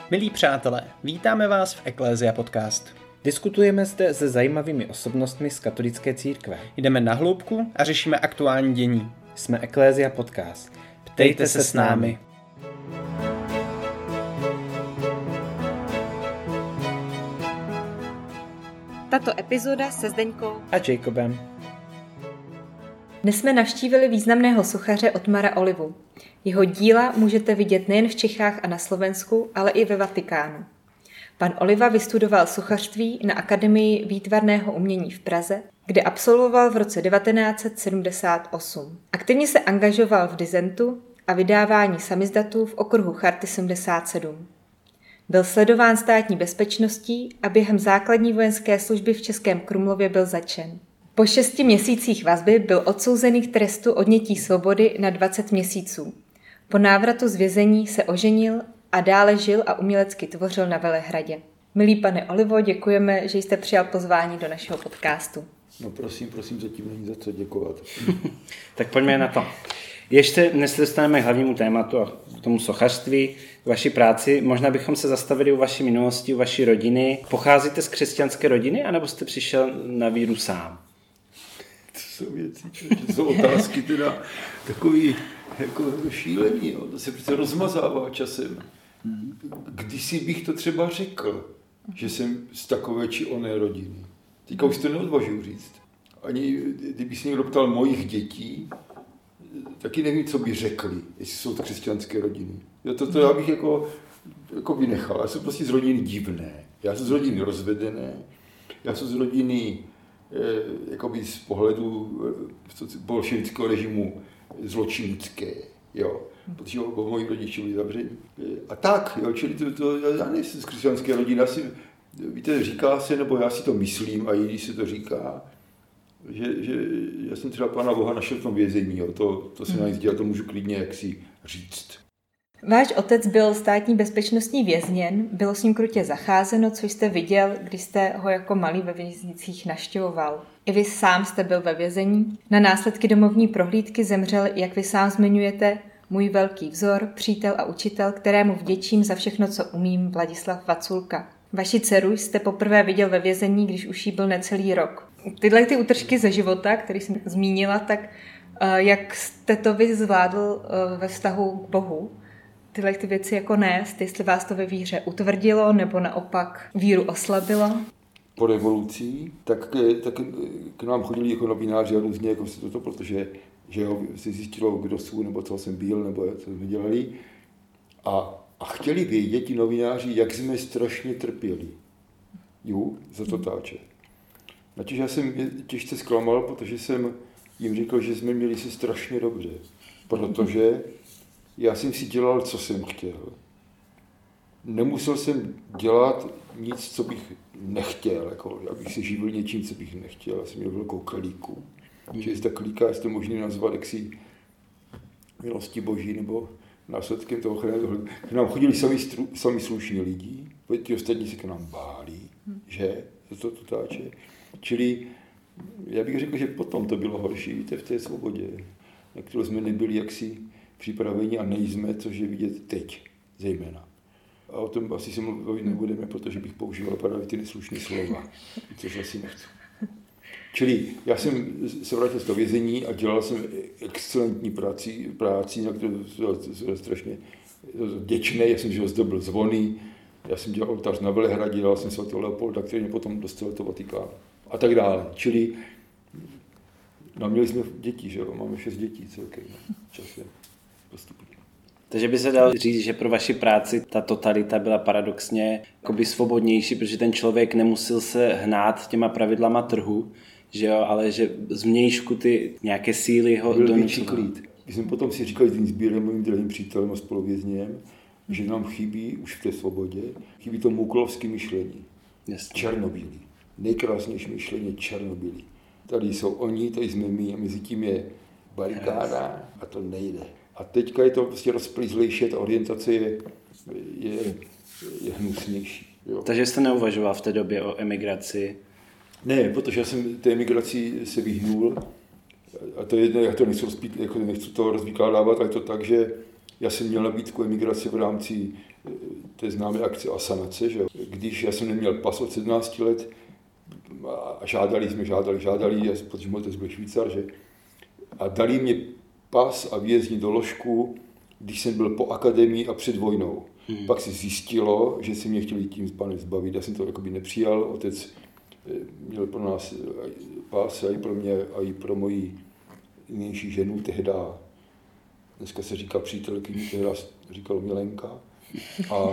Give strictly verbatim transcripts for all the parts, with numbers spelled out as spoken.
Milí přátelé, vítáme vás v Ecclesia Podcast. Diskutujeme zde se zajímavými osobnostmi z katolické církve. Jdeme na hloubku a řešíme aktuální dění. Jsme Ecclesia Podcast. Ptejte se s námi. Tato epizoda se Zdeňkou a Jacobem. Dnes jsme navštívili významného sochaře Otmara Olivu. Jeho díla můžete vidět nejen v Čechách a na Slovensku, ale i ve Vatikánu. Pan Oliva vystudoval sochařství na Akademii výtvarného umění v Praze, kde absolvoval v roce devatenáct set sedmdesát osm. Aktivně se angažoval v dizentu a vydávání samizdatů v okruhu Charty sedmdesát sedm. Byl sledován státní bezpečností a během základní vojenské služby v Českém Krumlově byl zatčen. Po šesti měsících vazby byl odsouzený k trestu odnětí svobody na dvacet měsíců. Po návratu z vězení se oženil a dále žil a umělecky tvořil na Velehradě. Milý pane Olivo, děkujeme, že jste přijal pozvání do našeho podcastu. No prosím, prosím, zatím není za co děkovat. Tak pojďme na to. Ještě dnes se dostaneme k hlavnímu tématu a k tomu sochařství, k vaší práci. Možná bychom se zastavili u vaší minulosti, u vaší rodiny. Pocházíte z křesťanské rodiny, anebo jste přišel na víru sám? To jsou věci, to jsou otázky teda takový jako šílení, jo. To se přece rozmazává časem. Kdysi bych to třeba řekl, že jsem z takové či oné rodiny. Teďka už to neodvažuji říct. Ani kdyby se někdo ptal mojich dětí, taky nevím, co by řekli, jestli jsou to křesťanské rodiny. Já to, to já bych jako, jako vynechal. Já jsem prostě z rodiny divné. Já jsem z rodiny rozvedené. Já jsem z rodiny eh, jakoby z pohledu eh, bolševického režimu zločinické. Jo. Protože moji rodiče byli zavření. A tak, jo, čili to, to, já nejsem z křesťanské rodiny. Já si, víte, říká se, nebo já si to myslím, a jiný se to říká, že, že já jsem třeba Pána Boha našel v tom vězení, jo. To, to se na nic dělat, to můžu klidně jaksi říct. Váš otec byl státní bezpečnostní vězněn, bylo s ním krutě zacházeno, co jste viděl, když jste ho jako malý ve věznicích navštěvoval. I vy sám jste byl ve vězení. Na následky domovní prohlídky zemřel, jak vy sám zmiňujete, můj velký vzor, přítel a učitel, kterému vděčím za všechno, co umím, Vladislav Vaculka. Vaši dceru jste poprvé viděl ve vězení, když už jí byl necelý rok. Tyhle ty útržky ze života, které jsem zmínila, tak jak jste to vy zvládl ve vztahu k Bohu? Tyhle ty věci jako nést, jestli vás to ve víře utvrdilo, nebo naopak víru oslabilo? Po revolucí, tak, tak k nám chodili jako novináři a různě, jako se toto, protože že jo, se zjistilo, kdo jsou, nebo co jsem byl, nebo co jsme dělali. A, a chtěli vědět ti novináři, jak jsme strašně trpěli. Jo, za to táče. Načež já jsem je těžce zklamal, protože jsem jim řekl, že jsme měli se strašně dobře. Protože já jsem si dělal, co jsem chtěl. Nemusel jsem dělat nic, co bych nechtěl, jako, abych se živil něčím, co bych nechtěl. Já jsem měl velkou klíku. Že je ta klíka, jestli to možné nazvat, jaksi milosti Boží, nebo následkem toho chránu. K nám chodili sami, stru, sami slušní lidi, ti ostatní se k nám báli, že to to táče. Čili já bych řekl, že potom to bylo horší, víte, v té svobodě, na kterou jsme nebyli jaksi připraveni a nejsme, což je vidět teď zejména. A o tom asi se mluvit nebudeme, protože bych používal právě ty neslušné slova, což asi nechci. Čili já jsem se vrátil z toho vězení a dělal jsem excelentní práci, práci na kterou jsem strašně vděčný. Já jsem že zdobil zvony, já jsem dělal oltář na Velehradě, dělal jsem svatého Leopolda, který mě potom dostal do Vatikánu a tak dále. Čili no, měli jsme děti, že jo? Máme šest dětí celkem časem postupně. Takže by se dalo říct, že pro vaši práci ta totalita byla paradoxně jakoby svobodnější, protože ten člověk nemusel se hnát těma pravidlama trhu, že jo, ale že zvnějšku ty nějaké síly ho byl větší klid. Když jsme potom si říkali s Bírem, mým drahým přítelem a spoluvězněm, že nám chybí už v té svobodě, chybí to muklovské myšlení. Jasně. Černobílý. Nejkrásnější myšlení černobílý. Tady jsou oni, tady jsme my a mezi tím je barikáda a to nejde. A teďka je to prostě rozplýzlejší, ta orientace je, je, je hnusnější. Jo. Takže jste neuvažoval v té době o emigraci? Ne, protože já jsem té emigraci se vyhnul. A to je, já to nechci, rozpít, jako nechci to rozvykládávat, ale je to tak, že Já jsem měl nabídku emigrace v rámci té známé akce Asanace, že? Když já jsem neměl pas od sedmnácti let a žádali jsme, žádali, žádali, protože můj otec byl Švýcar, že? A dali mě pas a výjezdní doložku, když jsem byl po akademii a před vojnou. Hmm. Pak se zjistilo, že si mě chtěli tím panem zbavit, já jsem to jakoby nepřijal, otec měl pro nás pás a i pro mě, a i pro moji nynější ženu tehda, dneska se říká přítelkyni, tehda říkalo Milenka. A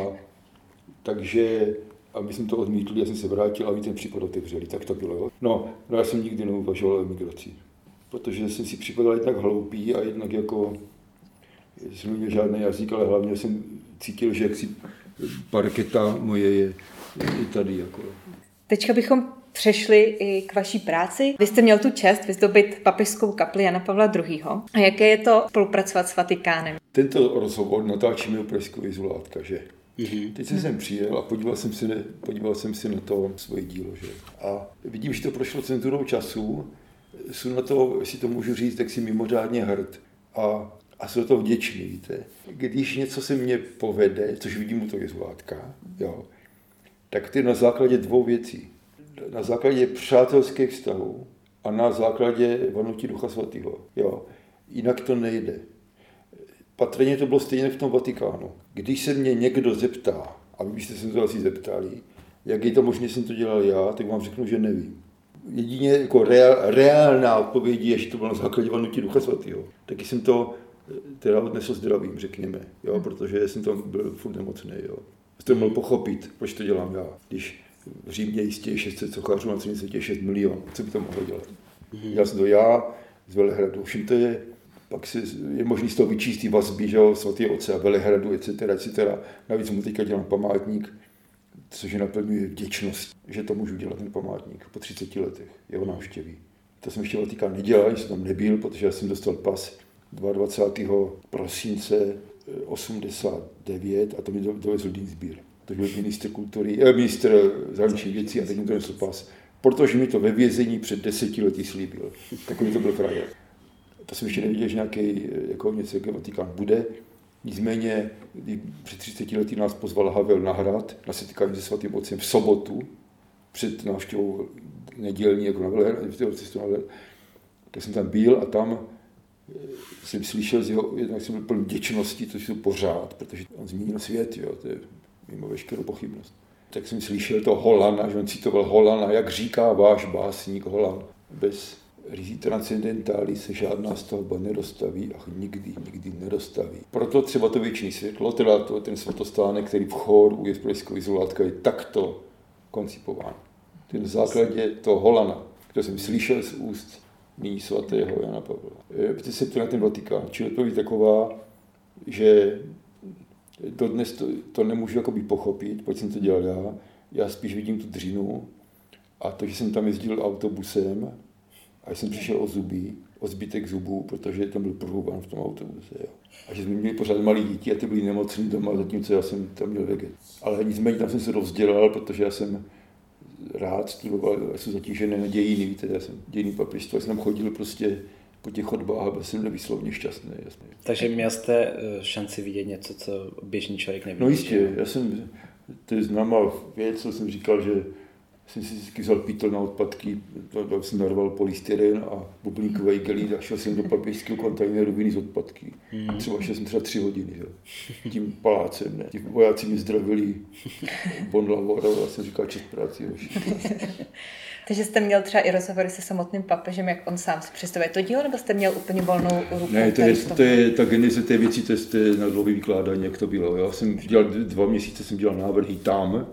takže, a my jsme to odmítli, já jsem se vrátil a my ten případ otevřeli, tak to bylo. Jo. No, no, já jsem nikdy neuvažoval o emigraci, protože jsem si připadal jednak hloupý a jednak jako, jsem neměl žádný jazyk, ale hlavně jsem cítil, že jaksi parketa moje je, je tady. Jako. Teďka bychom přešli i k vaší práci. Vy jste měl tu čest vyzdobit papežskou kapli Jana Pavla druhého. A jaké je to spolupracovat s Vatikánem? Tento rozhovor natáčíme u Pražského izolátka, že? Mm-hmm. Teď jsem sem přijel a podíval jsem si, podíval jsem si na to svoje dílo, že? A vidím, že to prošlo cenzurou času. Jsem na to, jestli to můžu říct, tak si mimořádně hrd. A, a jsem za to vděčný, víte. Když něco se mně povede, což vidím u toho izolátka, jo, tak to je na základě dvou věcí. Na základě přátelských vztahů a na základě vanutí Ducha Svatého. Jo. Jinak to nejde. Patrně to bylo stejně v tom Vatikánu. Když se mě někdo zeptá, a vy byste se to asi zeptali, jak je to možné, že jsem to dělal já, tak vám řeknu, že nevím. Jedině jako reál, reálná odpověď je, že to bylo na základě vanutí Ducha Svatého. Taky jsem to teda odnesl zdravím, řekněme, jo, protože jsem tam byl furt nemocný. Jo. Jste mohl pochopit, proč to dělám já. Když v Římě jistě je šest set sochařů, na celém světě šest milionů. Co by to mohlo dělat? Mm-hmm. Dělal jsem to já z Velehradu. Všim to je, pak se, je možný z toho vyčíst ty vazby, že jo, svatého otce a Velehradu, et cetera, et cetera. Navíc mu teďka dělám památník, což je naplňuje vděčnost, že to můžu dělat ten památník po třiceti letech, jeho návštěví. To jsem ještě Vatikán nedělal, jsem tam nebyl, protože já jsem dostal pas dvacátého druhého prosince osmdesát devět a to mi dovezl Dinsbír. To byl ministr kultury, eh, ministr zahraničních věcí a teď mi to nesl pas. Protože mi to ve vězení před deseti lety slíbil. Takový to byl frajer. To jsem ještě neviděl, že nějaký, jako něco, jaký Vatikán bude. Nicméně, když před třiceti lety nás pozval Havel na hrad, na setkání se svatým otcem v sobotu, před návštěvou nedělní, jako na Velehrad, tak jsem tam byl a tam jsem slyšel z jeho, jednak jsem byl plný vděčnosti, což jsou pořád, protože on zmínil svět, jo, to je mimo veškerou pochybnost. Tak jsem slyšel to Holana, že on citoval Holana, jak říká váš básník Holan, bez rizí transcendentály se žádná stavba nedostaví a nikdy, nikdy nedostaví. Proto třeba to věčné světlo, teda to, ten svatostánek, který v chóru je z Pražského izolátka, je takto koncipován. To je na základě toho Holana, který jsem slyšel z úst nyní svatého Jana Pavla. Ptě se ptá na ten Vatikán. Čili odpověď taková, že dodnes to, to nemůžu jakoby pochopit, proč jsem to dělal já. Já spíš vidím tu dřinu a to, že jsem tam jezdil autobusem a jsem přišel o zuby, o zbytek zubů, protože tam byl průvan v tom autobuse. Jo. A že jsme měli pořád malí děti a ty byli nemocní doma, zatímco já jsem tam měl veget. Ale nicméně tam jsem se rozdělal, protože já jsem rád studoval, já jsem zatížený na dějiny, víte, já jsem dějiny papežstva, jsem tam chodil prostě po těch chodbách a byl jsem nevýslovně šťastný. Jasně. Takže měl jste šanci vidět něco, co běžný člověk nevidí? No jistě, já jsem, to je známá věc, co jsem říkal, že jsem si vždycky vzal pytel na odpadky, to jsem narval polystyren a bublíkový gelít a šel jsem do papežského kontejneru viny z odpadky. Hmm. Třeba šel jsem třeba tři hodiny, jo. Tím palácem, ne. Ti vojáci mi zdravili bon lavoro, a jsem říkal čest práci. Takže jste měl třeba i rozhovory se samotným papežem, jak on sám si představuje to dílo, nebo jste měl úplně volnou ruku? Ne, to je, to je ta geneze té věci, to je, to je na dlouhé vykládání, jak to bylo. Já jsem dělal dva měsíce, jsem dělal návrhy tam,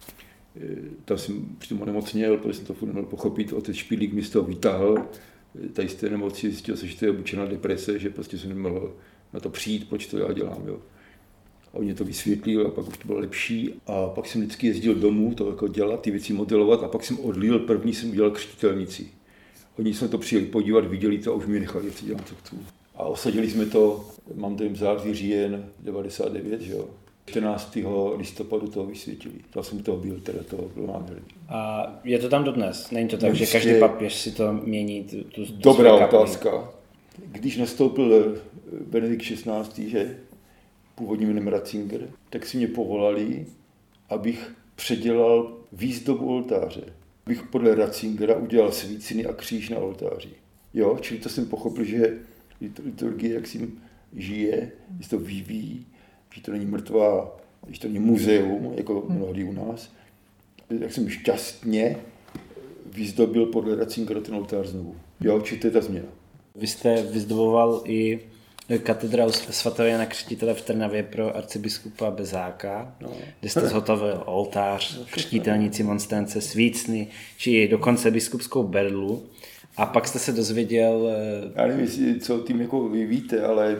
tam jsem přitom onemocněl, protože jsem to furt nemohl pochopit, otec Špidlík mi z toho vytáhl, tady z té nemoci zjistil se, že to je obyčejná deprese, že prostě jsem nemohl na to přijít, proč to já dělám. Jo. A on mě to vysvětlil a pak už to bylo lepší. A pak jsem vždycky jezdil domů to jako dělat, ty věci modelovat a pak jsem odlil, první jsem udělal křtitelnici. Oni jsme to přijeli podívat, viděli to a už mě nechali, co dělám, co chci. A osadili jsme to, mám tady září říjen devadesát devět, že jo. čtrnáctého listopadu toho vysvětili. To jsem toho byl, teda toho byl nádherný. A je to tam dodnes? Není to tak, no, že každý papež si to mění? Tu, tu, tu dobrá otázka. Když nastoupil Benedikt šestnáctý, že, původním jménem Ratzinger, tak si mě povolali, abych předělal výzdobu oltáře. Abych podle Ratzingera udělal svícny a kříž na oltáři. Jo, čili to jsem pochopil, že liturgie jak si žije, že to vyvíjí, že to není mrtvá, že to není muzeum, jako mnohdy u nás. Tak jsem šťastně vyzdobil podle Ratzingera ten oltář znovu. Jo, či to je ta změna. Vy jste vyzdoboval i katedrálu svatého Jana Křtitele v Trnavě pro arcibiskupa Bezáka, no. Kde jste zhotovil oltář, křtitelnici, monstrance, svícny, či dokonce biskupskou berlu. A pak jste se dozvěděl... Já nevím, jestli co tím jako vy víte, ale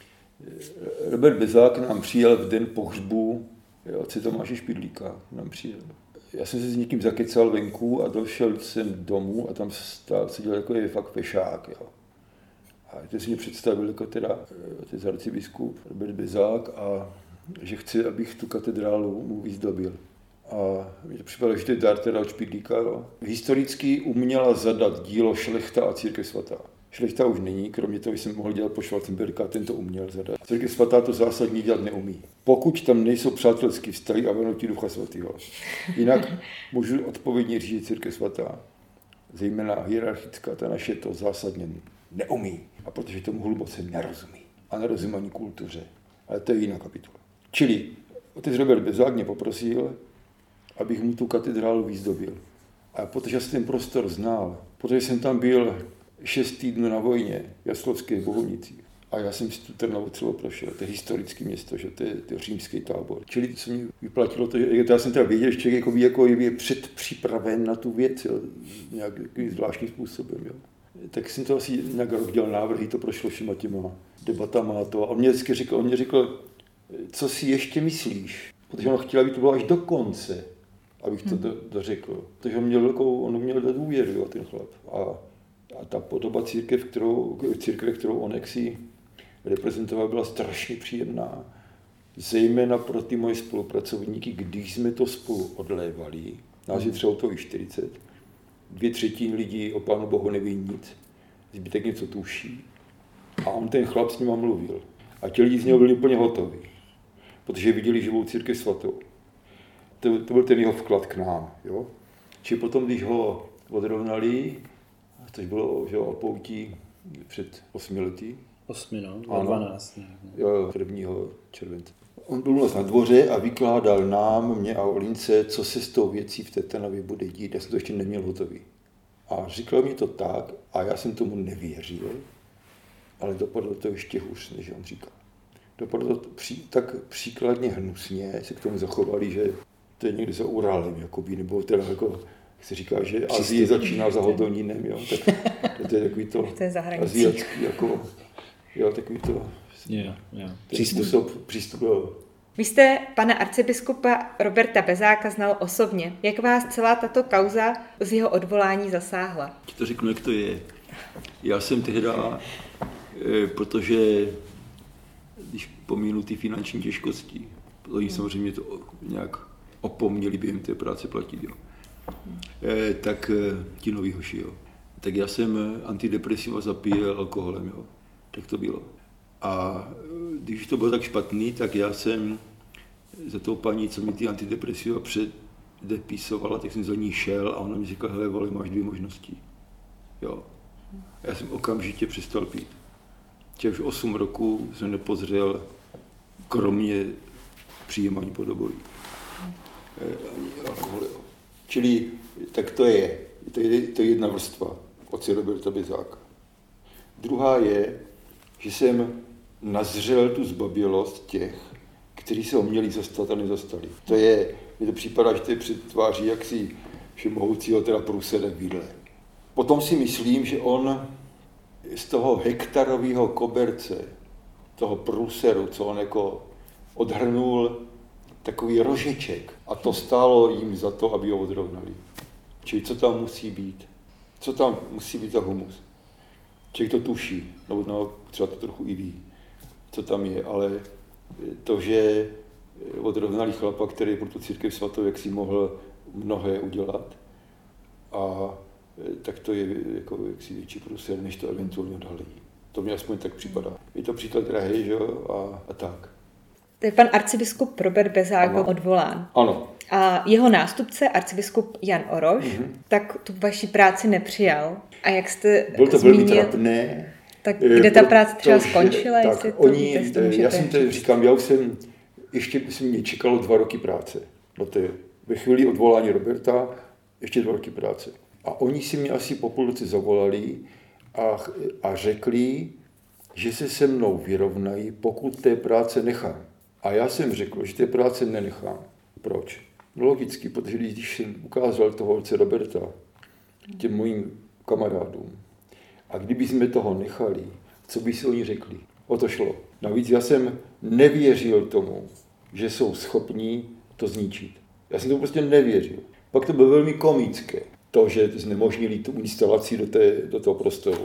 Robert Bezák nám přijel v den pohřbu otce Tomáše Špidlíka. Nám přijel. Já jsem se s někým zakecal venku a došel jsem domů a tam stál, seděl jako je fakt pešák. Jo. A to si mě představil jako teda otec arcibiskup Robert Bezák a že chce, abych tu katedrálu mu vyzdobil. A mě to připadalo, že to je dar teda od Špidlíka. Jo. Historicky uměla zadat dílo Šlechta a Církev svatá. Šlechta už není, kromě toho, že jsem mohl dělat po Schwarzenberga, ten to uměl zadat. Církev svatá to zásadně dělat neumí. Pokud tam nejsou přátelský vztahy a venutí Ducha Svatého. Jinak můžu odpovědně říct, že Církev svatá, zejména hierarchická, ta naše to zásadně neumí. A protože tomu hluboce nerozumí. A nerozumí ani kultuře. Ale to je jiná kapitola. Čili otec Robert Bezák mě poprosil, abych mu tu katedrálu vyzdobil. A protože jsem ten prostor znal, protože jsem tam byl šest týdnů na vojně v Jaslovských Bohunicích. A já jsem si tu Trnavu celou prošel, to je historické město, že to je, to je římský tábor. Čili se mi vyplatilo to, že já jsem teda věděl, že člověk jako, jako je předpřipraven na tu věc, jo, nějakým zvláštním způsobem. Jo. Tak jsem to asi nějak rozdělal návrhy, to prošlo všema těma debatama a to. A on mě vždycky říkal, on mě říkal, co si ještě myslíš? Protože on chtěl, aby to bylo až do konce, abych to do, dořekl. Protože on měl velkou, on měl do důvěru, jo, ten chlap. A, a ta podoba církev, kterou, církve, kterou on jaksi reprezentoval, byla strašně příjemná. Zejména pro ty moje spolupracovníky, když jsme to spolu odlévali, nás je třeba to i čtyřicet, dvě třetiny lidí o Pánu Bohu neví nic, zbytek něco tuší. A on ten chlap s nima mluvil. A ti lidi z něho byli úplně hotoví, protože viděli živou církev svatou. To, to byl ten jeho vklad k nám. Jo? Čili potom, když ho odrovnali, což bylo že, o poutí před osmi lety. Osmi, no, dvanáct. Jo, prvního července. On byl u nás na dvoře a vykládal nám, mě a Olince, co se s tou věcí v té Trnavě bude dít. Já jsem to ještě neměl hotový. A říkal mi to tak, a já jsem tomu nevěřil, ale dopadlo to ještě hůř, než on říkal. Dopadlo to pří, tak příkladně hnusně, se k tomu zachovali, že to je někde za Urálem, jakoby, nebo teda jako, jak se říká, že Azie začíná za Hodonínem, jo, tak to je takový to, to je aziatský, jako, jo, takový to, yeah, yeah. přístup. Způsob, přístup, jo. Vy jste pana arcibiskupa Roberta Bezáka znal osobně. Jak vás celá tato kauza z jeho odvolání zasáhla? Ti to řeknu, jak to je. Já jsem tehda, protože když pomínu ty finanční těžkosti, oni samozřejmě to nějak opomněli během té práce platit, jo. E, tak ti noví hoši, jo. Tak já jsem antidepresiva zapíjel alkoholem, jo. Tak to bylo. A když to bylo tak špatný, tak já jsem za tou paní, co mi ty antidepresiva předepisovala, tak jsem za ní šel a ona mi říkala, hele, vole, máš dvě možnosti. Jo. A já jsem okamžitě přestal pít. Těch už osm roků jsem nepozřel, kromě přijímání podoboví. Čili tak to je, to je, to je jedna vrstva otce Roberta Bezáka. Druhá je, že jsem nazřel tu zbabělost těch, kteří se ho měli zastat a nezastali. To je, mně to připadá, že to je přetváří jaksi všemohoucího teda průseda vidle. Potom si myslím, že on z toho hektarového koberce, toho průseru, co on jako odhrnul takový rožeček a to stálo jim za to, aby ho odrovnali. Čili co tam musí být? Co tam musí být za humus? Člověk to tuší, nebo no, třeba to trochu i ví, co tam je, ale to, že odrovnali chlapa, který pro tu církev svatou jak si mohl mnohé udělat, a tak to je jako jaksi větší průser, než to eventuálně odhalení. To mě aspoň tak připadá. Je to příklad drahý, že jo, a, a tak. To je pan arcibiskup Robert Bezágo ano. odvolán. Ano. A jeho nástupce, arcibiskup Jan Oroš, mm-hmm. tak tu vaši práci nepřijal. A jak jste Bylo to zmínil, velmi trapné. Tak kde ta práce třeba protože, skončila? Tak jestli to oni, víte, jestli to můžete já jsem to říct. říkám, já už jsem, ještě se mě čekalo dva roky práce. No to je, ve chvíli odvolání Roberta, ještě dva roky práce. A oni si mě asi po půl roce zavolali a, a řekli, že se se mnou vyrovnají, pokud té práce nechám. A já jsem řekl, že té práce nenechám. Proč? No logicky, protože když jsem ukázal toho otce Roberta těm mojim kamarádům, a kdyby jsme toho nechali, co by si oni řekli? O to šlo. Navíc já jsem nevěřil tomu, že jsou schopní to zničit. Já jsem to prostě nevěřil. Pak to bylo velmi komické, to, že znemožnili tu instalaci do, té, do toho prostoru.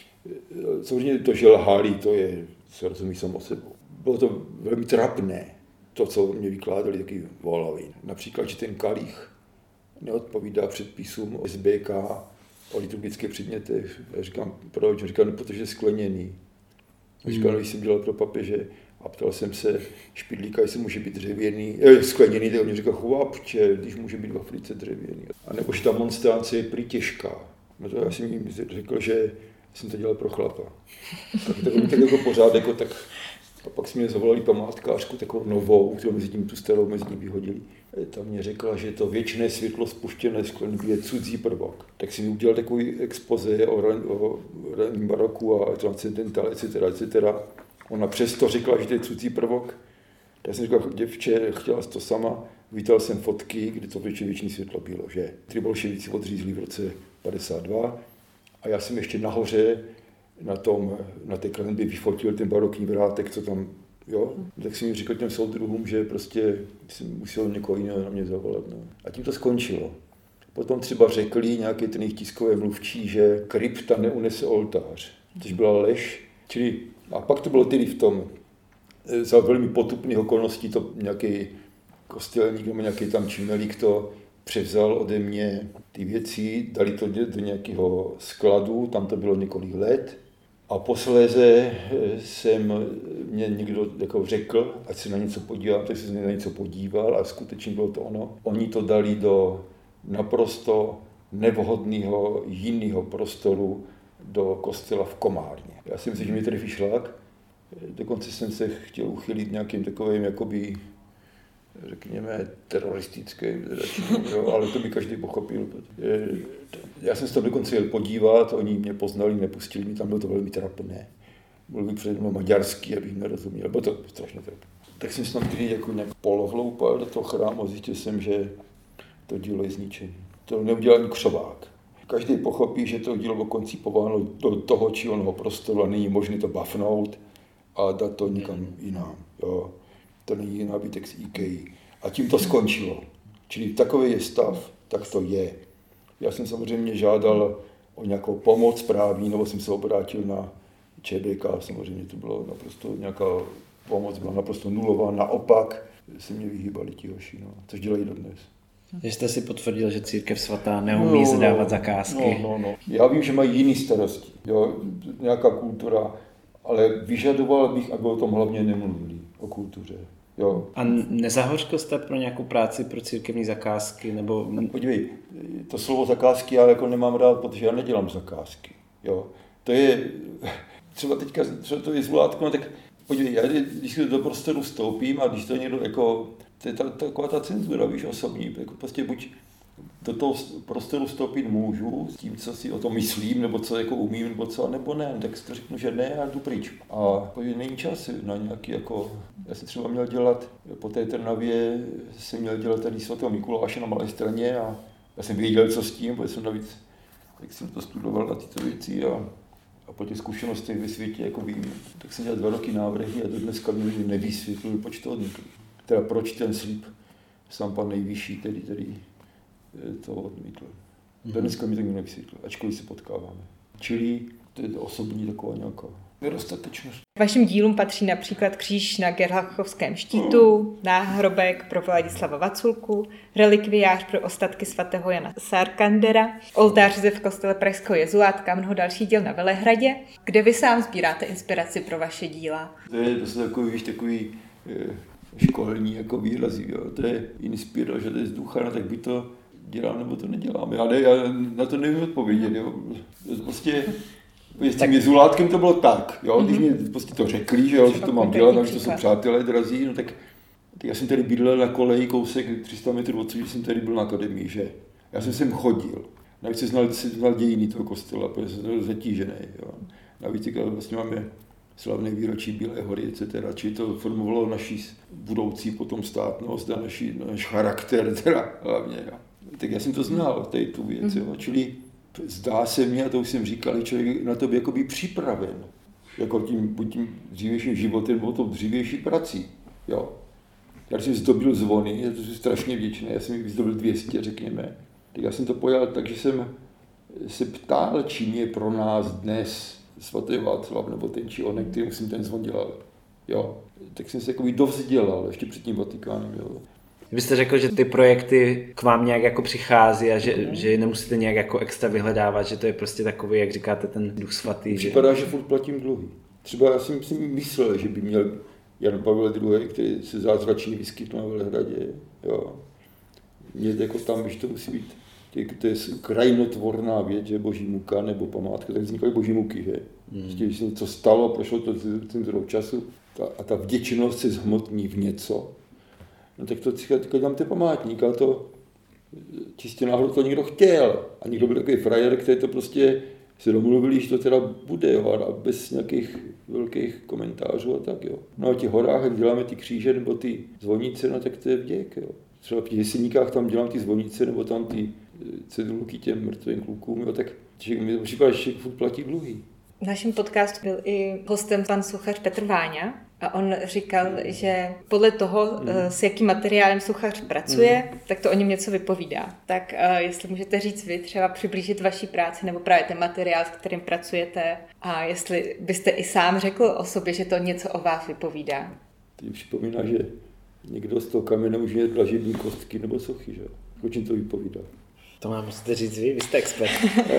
Samozřejmě to, že lhali, to je, se rozumí samo sebou. Bylo to velmi trapné, to, co mě vykládali, taky volavy. Například, že ten kalich neodpovídá předpisům S B K o liturgické předmětech. Já říkám, proč? Říkám, no, protože je skleněný. Hmm. Říkám, když jsem dělal pro papeže a ptal jsem se špidlíka, jestli může být dřevěný, eh, skleněný, tak on mi říkal, chlapče, když může být v Africe dřevěný. A nebo že ta monstrance je prý těžká. No to já jsem jim řekl, že jsem to dělal pro chlapa. Tak, tak oni tak jako pořád, jako tak. A pak jsme mě zavolali památkářku, takovou novou, kterou mezi tím tu starou mezi tím vyhodili. Ta mě řekla, že to věčné světlo spuštěné sklenby je cudzí prvok. Tak si mi udělal takový expoze o, ran, o ranním baroku a transcendental, et cetera, et cetera. Ona přesto řekla, že to je cudzí prvok. Já jsem říkal, děvče, chtěla jsi to sama. Vítal jsem fotky, kdy to větší věčné světlo bylo, že tři bolševici odřízli v roce padesát dva a já jsem ještě nahoře na tom, na té klenbě vyfotil ten barokní vrátek, co tam, jo. Tak jsem mi říkal těm soudruhům, že prostě jsem musel někoho jiného na mě zavolat, no. A tím to skončilo. Potom třeba řekli nějaké ten jejich tiskové mluvčí, že krypta neunese oltář, což byla lež. Čili, a pak to bylo tedy v tom, za velmi potupných okolností to nějaký kostelník nebo nějaký tam čimelík to převzal ode mě ty věci, dali to do nějakého skladu, tam to bylo několik let. A posléze jsem mě někdo jako řekl, ať se na něco podívám, tak jsem se na něco podíval a skutečně bylo to ono. Oni to dali do naprosto nevhodného jiného prostoru do kostela v Komárně. Já si myslím, že mi trefí šlak. Dokonce jsem se chtěl uchylit nějakým takovým, jakoby, řekněme, teroristickým, jo, ale to by každý pochopil. Já jsem se tam dokonce jel podívat, oni mě poznali, nepustili mě, tam bylo to velmi trapné. Mluvil přede mnou maďarsky, abych nerozuměl, bylo to strašně trapné. Tak jsem se tam tedy jako nějak polohloupal do toho chrámu a zjistil jsem, že to dílo je zničené. To neudělal ani křovák. Každý pochopí, že to dílo bylo koncipováno do toho či onoho prostoru a není možné to bafnout a dát to někam jinam. Jo. To není nábytek z IKEA. A tím to skončilo. Čili takový je stav, tak to je. Já jsem samozřejmě žádal o nějakou pomoc právní, nebo jsem se obrátil na ČBK, samozřejmě to bylo naprosto, nějaká pomoc byla naprosto nulová, naopak se mě vyhýbali ti hoši, no, což dělají dodnes. Že jste si potvrdil, že církev svatá neumí no, zadávat zakázky. No, no, no. Já vím, že mají jiný starosti, jo, nějaká kultura, ale vyžadoval bych, aby o tom hlavně nemluvili, o kultuře. Jo. A nezahořkl jste pro nějakou práci pro církevní zakázky? Nebo... Podívej, to slovo zakázky já jako nemám rád, protože já nedělám zakázky. Jo. To je, třeba teďka, třeba to je zvládko, no tak podívej, já když do prostoru vstoupím a když to někdo jako, to je ta, taková ta cenzura, víš, osobní, jako prostě buď do toho prostoru vstoupit můžu s tím, co si o tom myslím, nebo co jako umím, nebo co, nebo ne, tak si to řeknu, že ne a jdu pryč. A podívej, není čas na nějaký jako, já jsem třeba měl dělat, po té Trnavě jsem měl dělat tady svatého Mikuláše na Malé Straně a já jsem věděl, co s tím, protože jsem navíc, jak jsem to studoval na tyto věci a, a po těch zkušenostech ve světě jako vím, tak jsem dělal dva roky návrhy a do dneska mi lidi nevysvětlili, proč to odmítli. Teda proč ten slib sám pan nejvyšší, tedy, tedy to odmítl. Mm-hmm. Dneska mi to nikdo nevysvětlil, ačkoliv se potkáváme. Čili to je osobní taková nějaká nedostatečnost. Vašim dílům patří například kříž na Gerlachovském štítu, mm. náhrobek pro Vladislava Vaculku, relikviář pro ostatky svatého Jana Sarkandera, oltář v kostele pražského jezuátka a mnoho dalších děl na Velehradě. Kde vy sám sbíráte inspiraci pro vaše díla? To je to takový, víš, takový školní jako výrazy, jo. To je inspiro, že to je z ducha, no, tak by to dělám nebo to nedělám. Já, ne, já na to nevím odpovědět, jo. Prostě s tím jezulátkem to bylo tak, jo. Když mě prostě to řekli, že, jo, že to mám dělat, že to jsou přátelé drazí, no tak, tak já jsem tady bydlel na koleji kousek tři sta metrů odsud, že jsem tady byl na akademii, že. Já jsem sem chodil. Navíc jsem znal, znal dějiny toho kostela, protože jsem to zatížený, jo. Navíc vlastně máme slavné výročí Bílé hory, et cetera. Čili to formovalo naší budoucí potom státnost a naši, náš charakter, teda hlavně. Jo. Tak já jsem to znal, tady tu věc. Jo. Čili zdá se mně, a to už jsem říkal, že člověk na to by jakoby připraven. Jako tím, buď tím dřívějším životem, nebo tou dřívější prací. Jo. Já jsem zdobil zvony, to jsem strašně vděčný, já jsem jich zdobil dvě stě, řekněme. Tak já jsem to pojal tak, že jsem se ptal, čím je pro nás dnes svatý Václav, nebo ten či onen, kterým jsem ten zvon dělal. Jo. Tak jsem se jakoby dovzdělal, ještě před tím Vatikánem. Jo. Vy jste řekl, že ty projekty k vám nějak jako přichází a že, mm. že nemusíte nějak jako extra vyhledávat, že to je prostě takový, jak říkáte, ten duch svatý. Připadá, že, že furt platím dluhy. Třeba já jsem si myslel, že by měl Jan Pavel druhý, který se zázračně vyskytl na Velehradě. Jo. Mě jako tam, když to musí být, to je krajinotvorná věc, že boží muka nebo památka, tak vznikaly boží muky, že? Mm. Prostě, když se něco stalo, prošlo to cenzurou času ta, a ta vděčnost se zhmotní v něco, no tak to teďka dám ten památník, ale to čistě náhodou to někdo chtěl a někdo byl takový frajer, který to prostě se domluvili, že to teda bude, jo, a bez nějakých velkých komentářů a tak, jo. No a v těch horách, jak děláme ty kříže nebo ty zvonice, no tak to je vděk, jo. Třeba v těch Jeseníkách tam dělám ty zvonice nebo tam ty cedulky těm mrtvým klukům, jo, tak mi to připadá, že furt platí dluhy. V našem podcastu byl i hostem pan sochař Petr Váňa a on říkal, že podle toho, mm. s jakým materiálem sochař pracuje, mm. tak to o něm něco vypovídá. Tak uh, jestli můžete říct vy, třeba přiblížit vaši práci nebo právě ten materiál, s kterým pracujete a jestli byste i sám řekl o sobě, že to něco o vás vypovídá. Teď připomíná, že někdo z toho kamene už je dlažební kostky nebo sochy, že? O čem to vypovídá? To mám musíte říct vy, vy jste expert.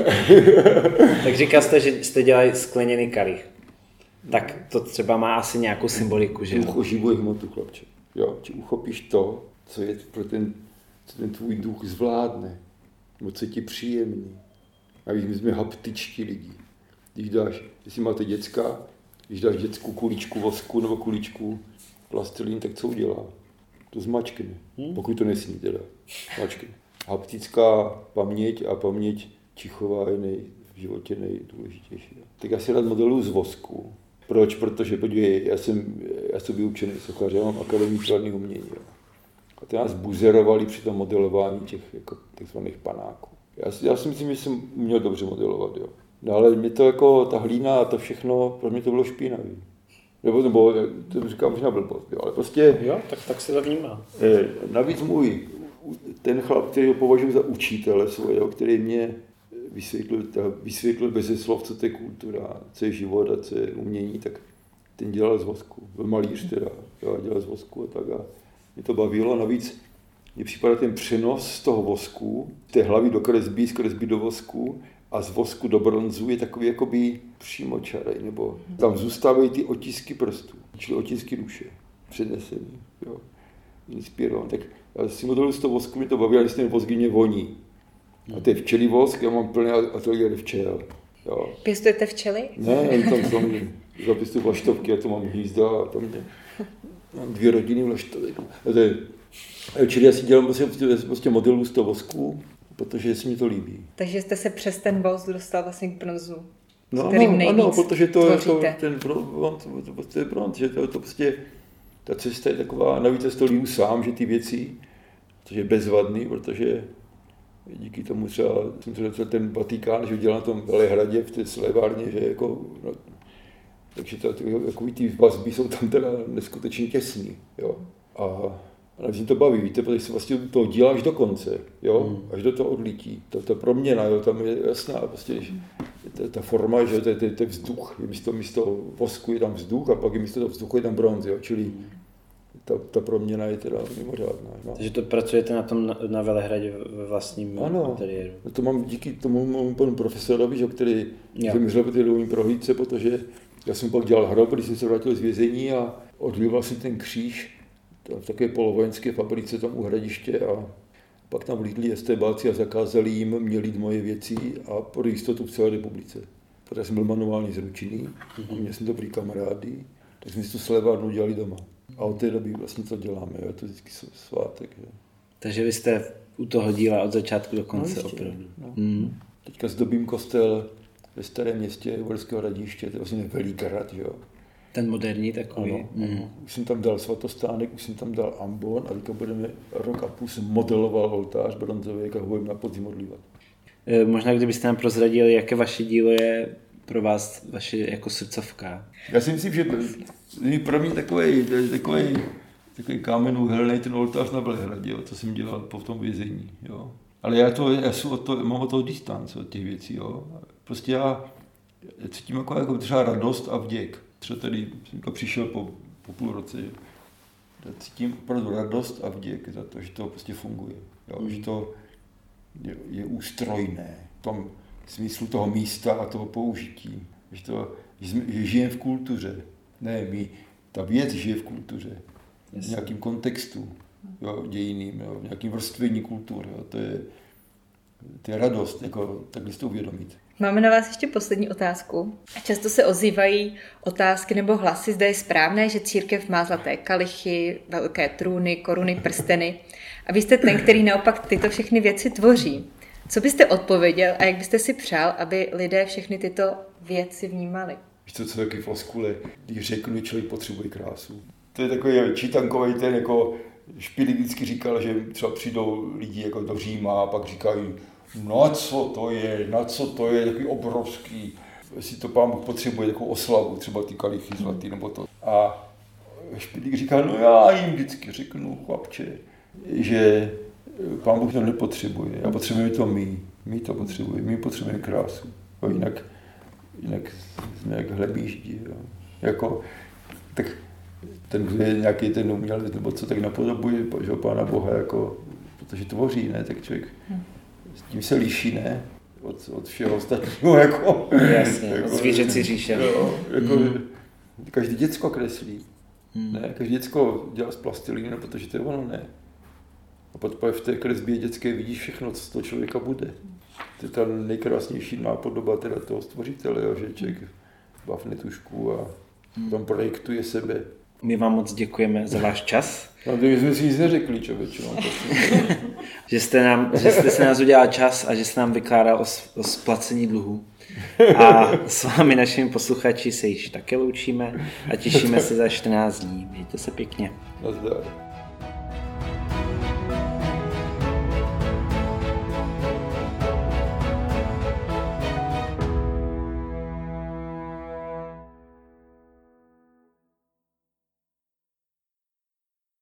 Tak říkal jste, že jste dělali skleněný kalich. Tak to třeba má asi nějakou symboliku, že jo? Duch oživuje hmotu, chlapče. Jo, či uchopíš to, co je pro ten, co ten tvůj duch zvládne, nebo co je ti příjemný. A my jsme haptičtí lidi. Když dáš, jestli máte děcka, když dáš děcku kuličku vosku nebo kuličku plastilín, tak co udělá? To zmačkne, hmm? Pokud to nesmí teda. Zmačkne. Haptická paměť a paměť čichová je nej, v životě nejdůležitější. Tak já si rád modeluju z vosku. Proč? Protože podívej, já jsem, já jsem vyučený sochař, já mám akademii kladných umění. Jo. A ty nás buzerovali při tom modelování těch jako, takzvaných panáků. Já, já si myslím, že jsem uměl dobře modelovat. Jo. No, ale mě to jako, ta hlína a to všechno, pro mě to bylo špinavý. Nebo, nebo to říkám možná blbost, jo, ale prostě... Jo, tak, tak se to vnímá. Eh, navíc můj, ten chlap, který ho považuji za učitele svého, který mě vysvětlil, vysvětlil bez slov, co to je kultura, co je život a co je umění, tak ten dělal z vosku. Byl malíř teda, jo, dělal z vosku a tak a mě to bavilo. Navíc mně připadá ten přenos z toho vosku, z té hlavy do kresby, z kresby do vosku a z vosku do bronzu je takový jakoby přímočarej, nebo tam zůstávají ty otisky prstů, čili otisky duše, přednesený, jo, inspirovaný. Tak já si modeluji z toho vosku, mě to baví, ale ten vosk mě voní. A to je včelí vosk, já mám plný ateliér včel. Jo. Pěstujete včely? Ne, jen tam jsou zapěstuju vlaštovky, já to mám hnízda a tam mě, mám dvě rodiny vlaštovek. Čili já si dělám prostě, prostě modelu z toho vosku, protože se mi to líbí. Takže jste se přes ten vosk dostal vlastně k bronzu, no, s kterým ano, nejvíc ano, protože to je to, ten bronz, to, to, to je bronz, že to, to prostě, ta cesta je taková, navíc to líbu sám, že ty věci, což je bezvadný, protože díky tomu třeba, třeba ten Vatikán, že udělal na tom Velehradě v té slévárně, že jako, no, takže to, takový ty vazby jsou tam teda neskutečně těsný, jo. A, a navíc mě to baví, víte, protože se vlastně to díla až do konce, jo, mm. až do toho odlítí. Ta, ta proměna, jo, tam je jasná, prostě, ta, ta forma, že to je, to je, to je vzduch, je místo, místo vosku je tam vzduch a pak je místo toho vzduchu je tam bronz, jo, čili ta, ta proměna je teda mimořádná. No. Takže to pracujete na tom na, na Velehradě ve vlastním ano, ateliéru? Ano, to mám díky tomu panu profesorovi, že, který vymřel po té dlouhé prohlídce, protože já jsem pak dělal hrob, když jsem se vrátil z vězení a odvíval jsem ten kříž v takové polovojenské fabrice tam u Hradiště a pak tam vlídli estébáci a zakázali jim měli jít moje věci a pro jistotu v celé republice. Protože jsem byl manuálně zručený, a měl jsem dobrý kamarády, tak jsme si tu slevárnu dělali doma. A od té doby vlastně to děláme, je to vždycky svátek. Je. Takže vy jste u toho díla od začátku do konce no, opravdu. No. Mm. Teďka zdobím kostel ve Starém Městě Uherského Hradiště, to je vlastně Velikhrad, jo. Ten moderní takový. Ano, mm. ano. Už jsem tam dal svatostánek, už jsem tam dal ambon a teďka budeme rok a půl jsem modeloval oltář bronzový, jak ho budeme na podzim modlívat. E, možná kdybyste nám prozradili, jaké vaše dílo je pro vás vaše jako srdcovka. Já si myslím, že pro mě takový, takový, takový kámen úhelný ten oltář na Velehradě, jo, co jsem dělal po tom vězení. Jo. Ale já, to, já jsem od to, mám od toho distanc, od těch věcí. Jo. Prostě já cítím jako, jako třeba radost a vděk. Třeba tady jsem přišel po, po půl roce. Já cítím opravdu radost a vděk za to, že to prostě funguje. Jo. Mm. Že to je, je ústrojné v tom smyslu toho místa a toho použití. Že, to, že žijeme v kultuře. Ne, my, ta věc žije v kultuře. Yes. V nějakém kontextu, jo, dějiným, jo, v nějakém vrstvení kultury. Jo. To, je, to je radost, jako, takhle si to uvědomit. Máme na vás ještě poslední otázku. Často se ozývají otázky nebo hlasy, zda je správné, že církev má zlaté kalichy, velké trůny, koruny, prsteny. A vy jste ten, který naopak tyto všechny věci tvoří. Co byste odpověděl a jak byste si přál, aby lidé všechny tyto věci vnímali? Víš co, co taky floskule, když řeknu, že člověk potřebuje krásu. To je takový čítankový ten, jako Špilík vždycky říkal, že třeba přijdou lidi jako do Říma a pak říkají, na co to je, na co to je, takový obrovský, jestli to Pán Bůh potřebuje takovou oslavu, třeba ty kalichy zlatý nebo to. A Špilík říkal, no já jim vždycky řeknu, chlapče, že Pán Bůh to nepotřebuje, a potřebujeme to my, my to potřebujeme, my potřebujeme krásu, jo, jinak, jinak jsme jak hlebíždi, jo. Jako, tak ten, kdo je nějaký ten umělec, nebo co, tak napodobuje, že Pána Boha, jako, protože tvoří, ne, tak člověk s tím se liší, ne, od, od všeho ostatního, jako. Jasně, jako, zvířecí říše. Jo, jako, mm. Každý děcko kreslí, mm. ne, každý děcko dělá z plastilínu, protože to je ono, ne. A potom v té kresbě dětské vidíš všechno, co z toho člověka bude. To je ta nejkrásnější nápodoba teda toho stvořitele, jo, že člověk bavne tušku a tam projektuje sebe. My vám moc děkujeme za váš čas. No, my jsme si nic neřekli, člověče. že, jste nám, že jste se nás udělal čas a že jste nám vykládal o, o splacení dluhů. A s vámi, našimi posluchači, se již také loučíme a těšíme se za čtrnáct dní. Mějte se pěkně. Nazdar.